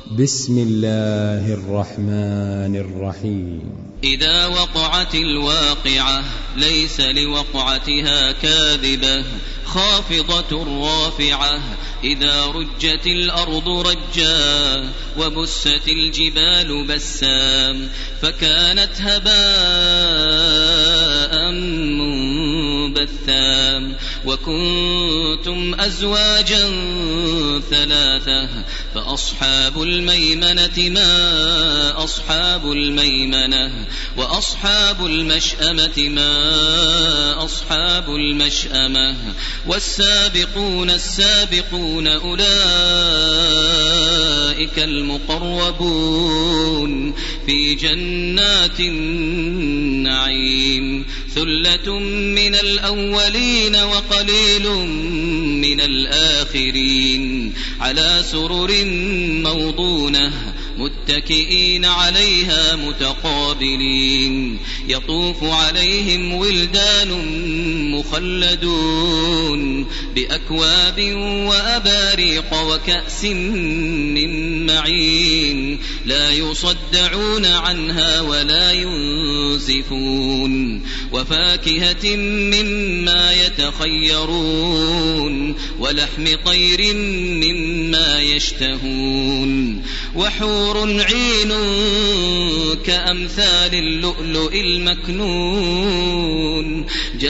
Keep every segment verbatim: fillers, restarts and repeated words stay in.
بسم الله الرحمن الرحيم. إذا وقعت الواقعة ليس لوقعتها كاذبة خافضة رافعة إذا رجت الأرض رجا وبست الجبال بسا فكانت هباء منبثا وكنتم أزواجا ثلاثة فأصحاب الميمنة ما أصحاب الميمنة وأصحاب المشأمة ما أصحاب المشأمة والسابقون السابقون أولئك المقربون في جنات النعيم ثلة من الأولين وقليل من الآخرين على سرر موضونة متكئين عليها متقابلين يطوف عليهم ولدان مخلدون بأكواب وأباريق وكأس من معين لا يصدعون عنها ولا ينزفون وفاكهة مما يتخيرون ولحم طير مما يشتهون وحور عين كأمثال اللؤلؤ المكنون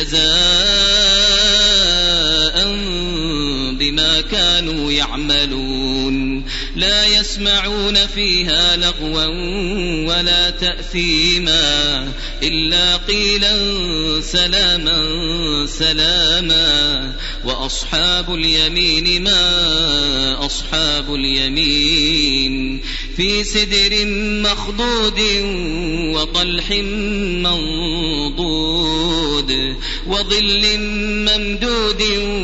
جزاء بما كانوا يعملون لا يسمعون فيها لغوا ولا تأثيما إلا قيلا سلاما سلاما وأصحاب اليمين ما أصحاب اليمين في سدر مخضود وطلح منضود وظل ممدود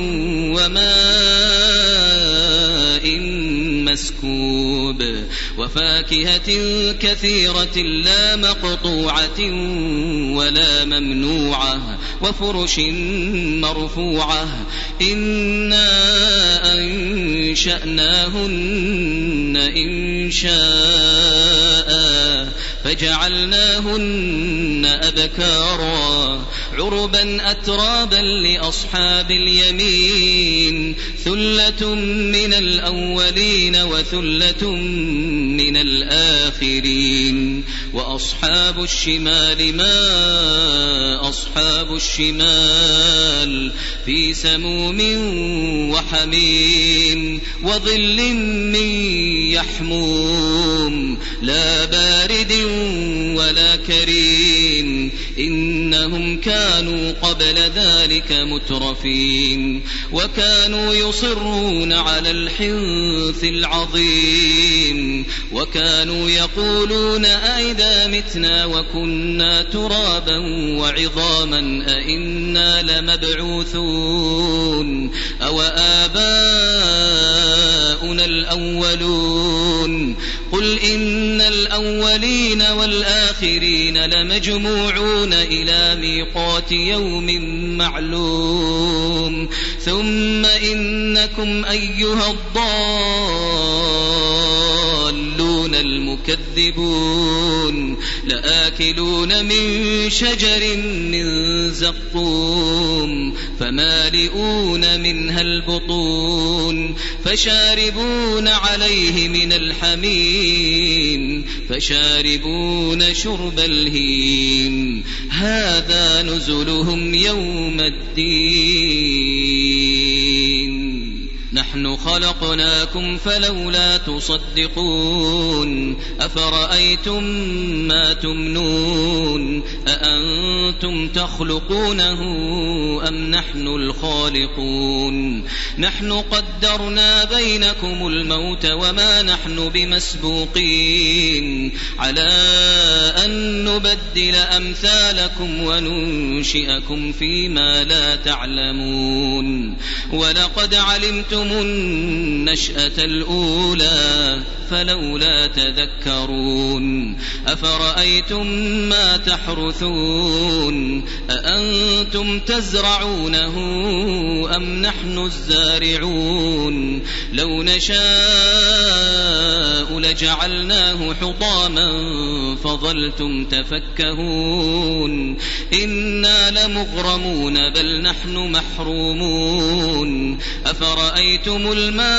وماء مسكوب وفاكهة كثيرة لا مقطوعة ولا ممنوعة وفرش مرفوعة إنا أنشأناهن إن شاء فجعلناهن أبكارا عربا أترابا لأصحاب اليمين ثلة من الأولين وثلة من الآخرين وأصحاب الشمال ما أصحاب الشمال في سموم وحميم وظل من يحموم لا بارد ولا كريم إنهم كانوا قبل ذلك مترفين وكانوا يصرون على الحنث العظيم وكانوا يقولون أئذا متنا وكنا ترابا وعظاما أئنا لمبعوثون أو آباؤنا الأولون قل إن الأولين والآخرين لمجموعون إلى ميقات يوم معلوم ثم إنكم أيها الضالون المكذبون لآكلون من شجر من زقوم فمالئون منها البطون فشاربون عليه من الحميم فشاربون شرب الهيم هذا نزلهم يوم الدين نحن خلقناكم فلولا تصدقون أفرأيتم ما تمنون أأنتم تخلقونه أم نحن الخالقون نحن قدرنا بينكم الموت وما نحن بمسبوقين على أن نبدل أمثالكم وننشئكم فيما لا تعلمون ولقد علمتم النشأة الأولى فلولا تذكرون أفرأيتم ما تحرثون أأنتم تزرعونه أم نحن الزارعون لو نشاء فجعلناه حطاما فظلتم تفكهون إنا لمغرمون بل نحن محرومون أفرأيتم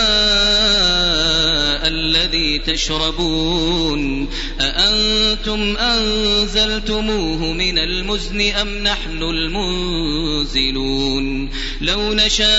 الماء الذي تشربون أأنتم أنزلتموه من المزن أم نحن المنزلون لو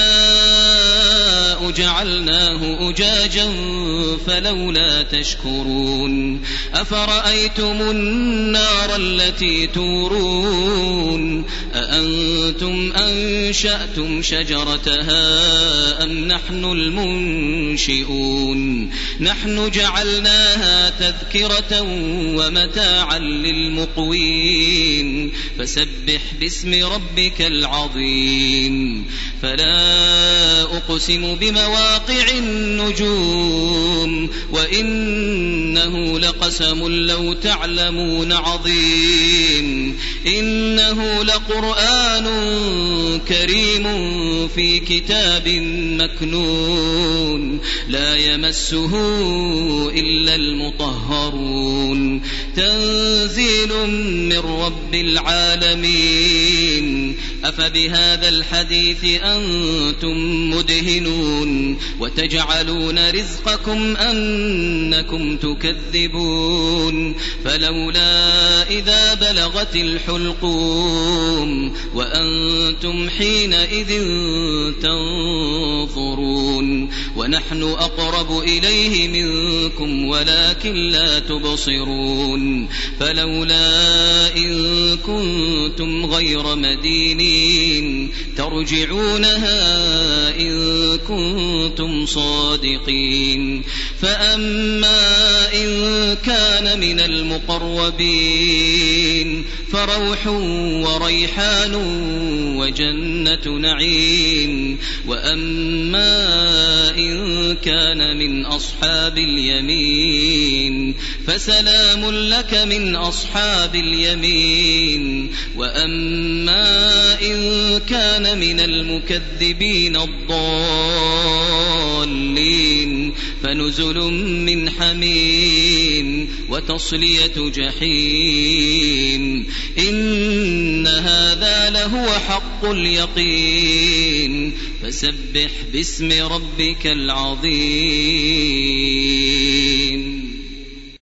نشاء جعلناه أجاجا فلولا تشكرون أفرأيتم النار التي تورون أأنتم أنشأتم شجرتها أم نحن المنشئون نحن جعلناها تذكرة ومتاعا للمقوين فسبح باسم ربك العظيم فلا أقسم بمواقع النجوم وإنه لقسم لو تعلمون عظيم إنه لقرآن كريم في كتاب مكنون لا يمسه إلا المطهرون تنزيل من رب العالمين أفبهذا الحديث أنتم مدهنون وتجعلون رزقكم أنكم تكذبون فلولا إذا بلغت الحلقوم وأنتم حينئذ تنظرون ونحن أقرب إليه منكم ولكن لا تبصرون فلولا إن كنتم غير مدينين ترجعونها إن كنتم صادقين فأما إن كان من المقربين فروح وريحان وجنة نعيم وأما إن كان من أصحاب اليمين فسلام لك من أصحاب اليمين وأما إن كان من المكذبين الضالين فنزل من حميم وتصلية جحيم إن هذا لهو حق اليقين فسبح باسم ربك العظيم